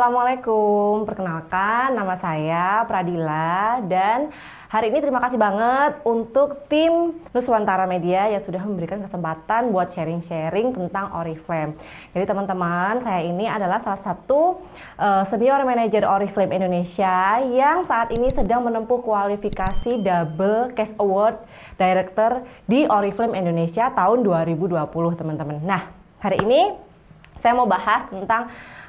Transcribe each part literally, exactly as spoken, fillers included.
Assalamualaikum. Perkenalkan, nama saya Pradila dan hari ini terima kasih banget untuk tim Nuswantara Media yang sudah memberikan kesempatan buat sharing-sharing tentang Oriflame. Jadi teman-teman, saya ini adalah salah satu uh, senior manager Oriflame Indonesia yang saat ini sedang menempuh kualifikasi Double Cash Award Director di Oriflame Indonesia tahun dua ribu dua puluh, teman-teman. Nah, hari ini saya mau bahas tentang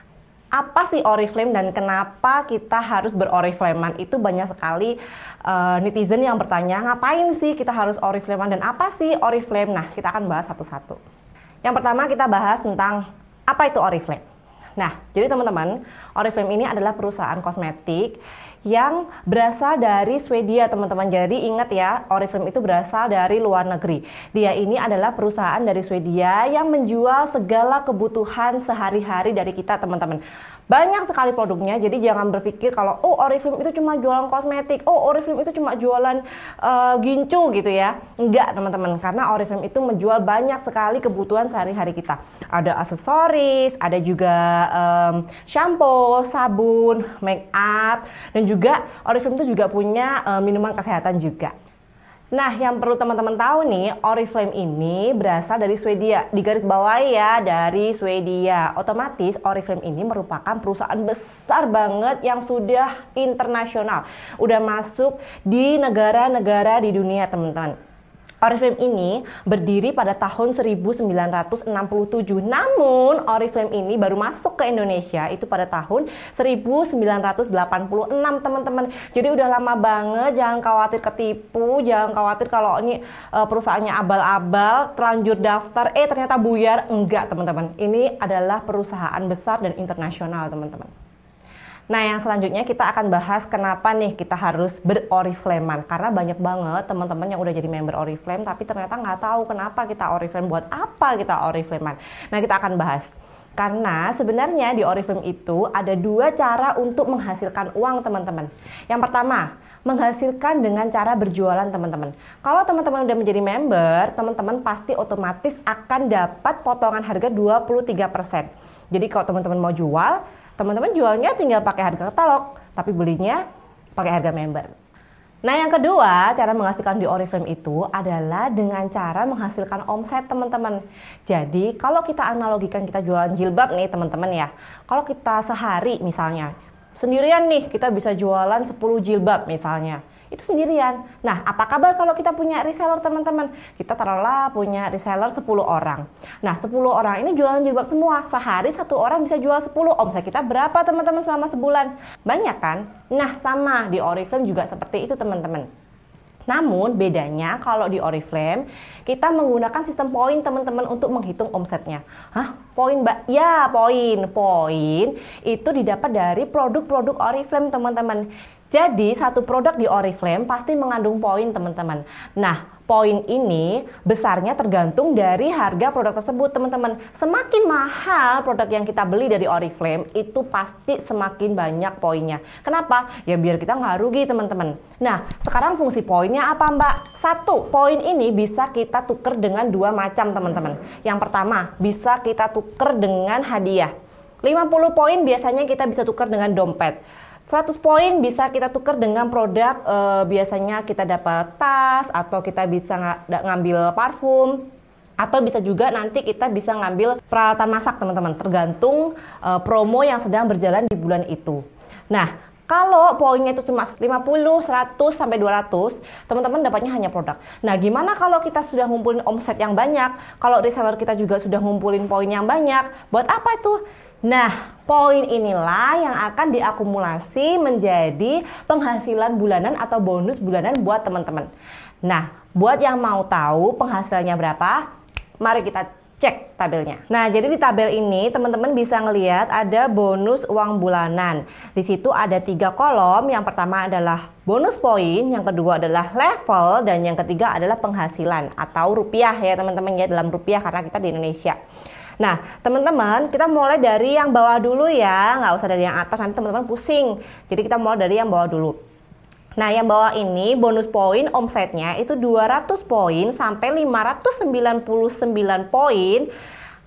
apa sih Oriflame dan kenapa kita harus beroriflamean. Itu banyak sekali uh, netizen yang bertanya, ngapain sih kita harus oriflamean dan apa sih Oriflame? Nah, kita akan bahas satu-satu. Yang pertama kita bahas tentang apa itu Oriflame. Nah, jadi teman-teman, Oriflame ini adalah perusahaan kosmetik yang berasal dari Swedia, teman-teman. Jadi ingat ya, Oriflame itu berasal dari luar negeri. Dia ini adalah perusahaan dari Swedia yang menjual segala kebutuhan sehari-hari dari kita, teman-teman. Banyak sekali produknya, jadi jangan berpikir kalau oh Oriflame itu cuma jualan kosmetik, oh Oriflame itu cuma jualan uh, gincu gitu ya. Enggak, teman-teman, karena Oriflame itu menjual banyak sekali kebutuhan sehari-hari kita. Ada aksesoris, ada juga um, shampoo, sabun, make up, dan juga Oriflame itu juga punya uh, minuman kesehatan juga. Nah, yang perlu teman-teman tahu nih, Oriflame ini berasal dari Swedia. Digaris bawahi ya, dari Swedia. Otomatis Oriflame ini merupakan perusahaan besar banget yang sudah internasional. Udah masuk di negara-negara di dunia, teman-teman. Oriflame ini berdiri pada tahun seribu sembilan ratus enam puluh tujuh. Namun Oriflame ini baru masuk ke Indonesia itu pada tahun seribu sembilan ratus delapan puluh enam, teman-teman. Jadi udah lama banget, jangan khawatir ketipu, jangan khawatir kalau ini uh, perusahaannya abal-abal, terlanjur daftar, eh ternyata buyar. Enggak, teman-teman. Ini adalah perusahaan besar dan internasional, teman-teman. Nah, yang selanjutnya kita akan bahas kenapa nih kita harus beroriflamean. Karena banyak banget teman-teman yang udah jadi member Oriflame tapi ternyata nggak tahu kenapa kita Oriflame, buat apa kita oriflamean. Nah, kita akan bahas. Karena sebenarnya di Oriflame itu ada dua cara untuk menghasilkan uang, teman-teman. Yang pertama, menghasilkan dengan cara berjualan, teman-teman. Kalau teman-teman udah menjadi member, teman-teman pasti otomatis akan dapat potongan harga dua puluh tiga persen. Jadi kalau teman-teman mau jual, teman-teman jualnya tinggal pakai harga katalog, tapi belinya pakai harga member. Nah, yang kedua, cara menghasilkan di Oriflame itu adalah dengan cara menghasilkan omset, teman-teman. Jadi, kalau kita analogikan kita jualan jilbab nih, teman-teman ya. Kalau kita sehari misalnya, sendirian nih, kita bisa jualan sepuluh jilbab misalnya. Itu sendirian. Nah, apa kabar kalau kita punya reseller, teman-teman? Kita taruhlah punya reseller sepuluh orang. Nah, sepuluh orang ini jualan jilbab semua. Sehari satu orang bisa jual sepuluh. Omset kita berapa, teman-teman, selama sebulan? Banyak kan? Nah, sama di Oriflame juga seperti itu, teman-teman. Namun bedanya kalau di Oriflame kita menggunakan sistem poin, teman-teman, untuk menghitung omsetnya. Hah? Poin, Mbak? Ya, poin. Poin itu didapat dari produk-produk Oriflame, teman-teman. Jadi satu produk di Oriflame pasti mengandung poin, teman-teman. Nah, poin ini besarnya tergantung dari harga produk tersebut, teman-teman. Semakin mahal produk yang kita beli dari Oriflame, itu pasti semakin banyak poinnya. Kenapa? Ya biar kita nggak rugi, teman-teman. Nah, sekarang fungsi poinnya apa, Mbak? Satu, poin ini bisa kita tuker dengan dua macam, teman-teman. Yang pertama, bisa kita tuker dengan hadiah. lima puluh poin biasanya kita bisa tuker dengan dompet. seratus poin bisa kita tuker dengan produk, e, biasanya kita dapat tas, atau kita bisa ng- ngambil parfum, atau bisa juga nanti kita bisa ngambil peralatan masak, teman-teman, tergantung e, promo yang sedang berjalan di bulan itu. Nah, kalau poinnya itu cuma lima puluh, seratus, sampai dua ratus, teman-teman dapatnya hanya produk. Nah, gimana kalau kita sudah ngumpulin omset yang banyak? Kalau reseller kita juga sudah ngumpulin poin yang banyak, buat apa itu? Nah, poin inilah yang akan diakumulasi menjadi penghasilan bulanan atau bonus bulanan buat teman-teman. Nah, buat yang mau tahu penghasilannya berapa, mari kita cek tabelnya. Nah, jadi di tabel ini teman-teman bisa ngelihat ada bonus uang bulanan. Di situ ada tiga kolom. Yang pertama adalah bonus poin, yang kedua adalah level, dan yang ketiga adalah penghasilan atau rupiah ya, teman-teman ya, dalam rupiah karena kita di Indonesia. Nah, teman-teman, kita mulai dari yang bawah dulu ya, nggak usah dari yang atas, nanti teman-teman pusing. Jadi kita mulai dari yang bawah dulu. Nah, yang bawah ini bonus poin omsetnya itu dua ratus poin sampai lima ratus sembilan puluh sembilan poin.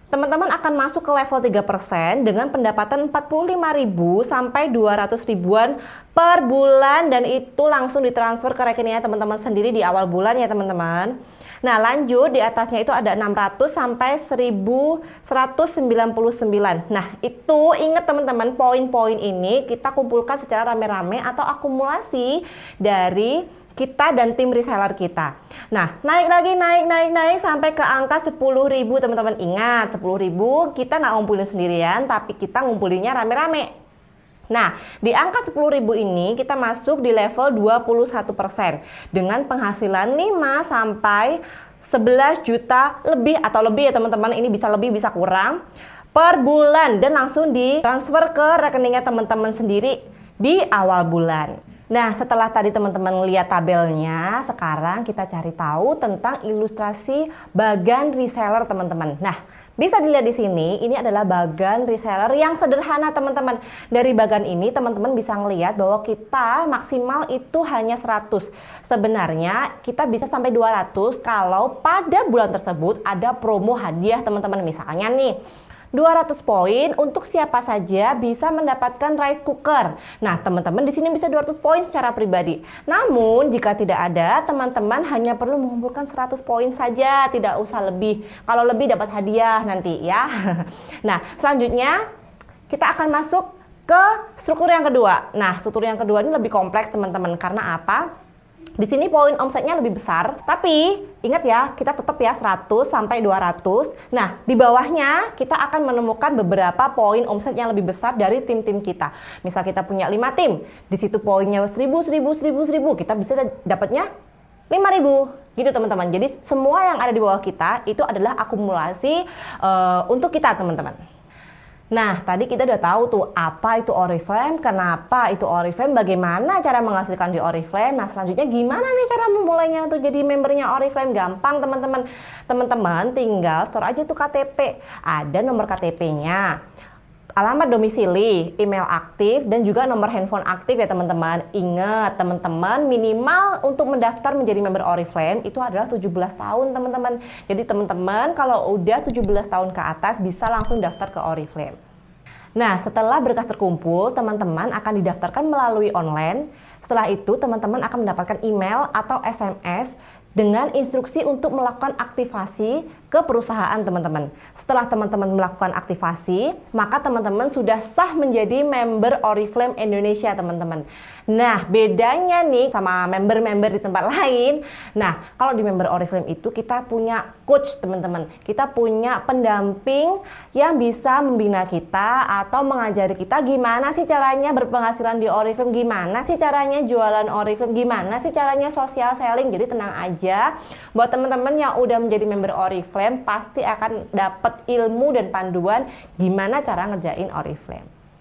teman-teman akan masuk ke level tiga persen dengan pendapatan empat puluh lima ribu sampai dua ratus ribuan per bulan, dan itu langsung ditransfer ke rekeningnya teman-teman sendiri di awal bulan ya teman-teman. Nah, lanjut di atasnya itu ada enam ratus sampai seribu seratus sembilan puluh sembilan. Nah, itu ingat teman-teman, poin-poin ini kita kumpulkan secara rame-rame atau akumulasi dari kita dan tim reseller kita. Nah, naik lagi, naik, naik, naik sampai ke angka sepuluh ribu teman-teman. Ingat, sepuluh ribu kita nggak ngumpulin sendirian, tapi kita ngumpulinnya rame-rame. Nah, di angka sepuluh ribu ini kita masuk di level dua puluh satu persen dengan penghasilan lima sampai sebelas juta lebih atau lebih ya teman-teman. Ini bisa lebih, bisa kurang per bulan, dan langsung ditransfer ke rekeningnya teman-teman sendiri di awal bulan. Nah, setelah tadi teman-teman lihat tabelnya, sekarang kita cari tahu tentang ilustrasi bagan reseller teman-teman. Nah, bisa dilihat di sini, ini adalah bagan reseller yang sederhana teman-teman. Dari bagan ini teman-teman bisa ngelihat bahwa kita maksimal itu hanya seratus. Sebenarnya kita bisa sampai dua ratus kalau pada bulan tersebut ada promo hadiah teman-teman. Misalnya nih, dua ratus poin untuk siapa saja bisa mendapatkan rice cooker. Nah, teman-teman di sini bisa dua ratus poin secara pribadi. Namun, jika tidak ada, teman-teman hanya perlu mengumpulkan seratus poin saja, tidak usah lebih. Kalau lebih dapat hadiah nanti ya. Nah, selanjutnya kita akan masuk ke struktur yang kedua. Nah, struktur yang kedua ini lebih kompleks teman-teman. Karena apa? Di sini poin omsetnya lebih besar, tapi ingat ya, kita tetap ya seratus sampai dua ratus. Nah, di bawahnya kita akan menemukan beberapa poin omset yang lebih besar dari tim-tim kita. Misal kita punya lima tim, di situ poinnya seribu, seribu, seribu, seribu, kita bisa dapatnya lima ribu. Gitu teman-teman. Jadi semua yang ada di bawah kita itu adalah akumulasi uh, untuk kita teman-teman. Nah, tadi kita udah tahu tuh apa itu Oriflame, kenapa itu Oriflame, bagaimana cara menghasilkan di Oriflame. Nah, selanjutnya gimana nih cara memulainya untuk jadi membernya Oriflame? Gampang teman-teman. Teman-teman tinggal store aja tuh K T P. Ada nomor K T P-nya, alamat domisili, email aktif, dan juga nomor handphone aktif ya teman-teman. Ingat teman-teman, minimal untuk mendaftar menjadi member Oriflame itu adalah tujuh belas tahun teman-teman. Jadi teman-teman kalau udah tujuh belas tahun ke atas bisa langsung daftar ke Oriflame. Nah, setelah berkas terkumpul, teman-teman akan didaftarkan melalui online. Setelah itu teman-teman akan mendapatkan email atau S M S dengan instruksi untuk melakukan aktivasi ke perusahaan teman-teman. Setelah teman-teman melakukan aktivasi, maka teman-teman sudah sah menjadi member Oriflame Indonesia teman-teman. Nah, bedanya nih sama member-member di tempat lain. Nah, kalau di member Oriflame itu kita punya coach teman-teman. Kita punya pendamping yang bisa membina kita atau mengajari kita gimana sih caranya berpenghasilan di Oriflame, gimana sih caranya jualan Oriflame, gimana sih caranya social selling. Jadi tenang aja, buat teman-teman yang udah menjadi member Oriflame pasti akan dapat ilmu dan panduan gimana cara ngerjain Oriflame.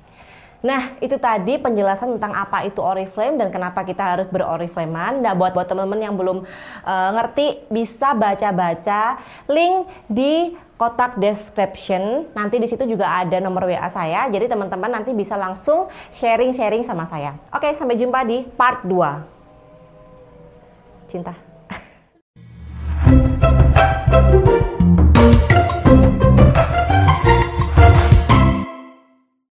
Nah, itu tadi penjelasan tentang apa itu Oriflame dan kenapa kita harus beroriflamean. Nah, buat buat teman-teman yang belum uh, ngerti, bisa baca-baca link di kotak description. Nanti di situ juga ada nomor W A saya. Jadi teman-teman nanti bisa langsung sharing-sharing sama saya. Oke, sampai jumpa di part dua. Cinta.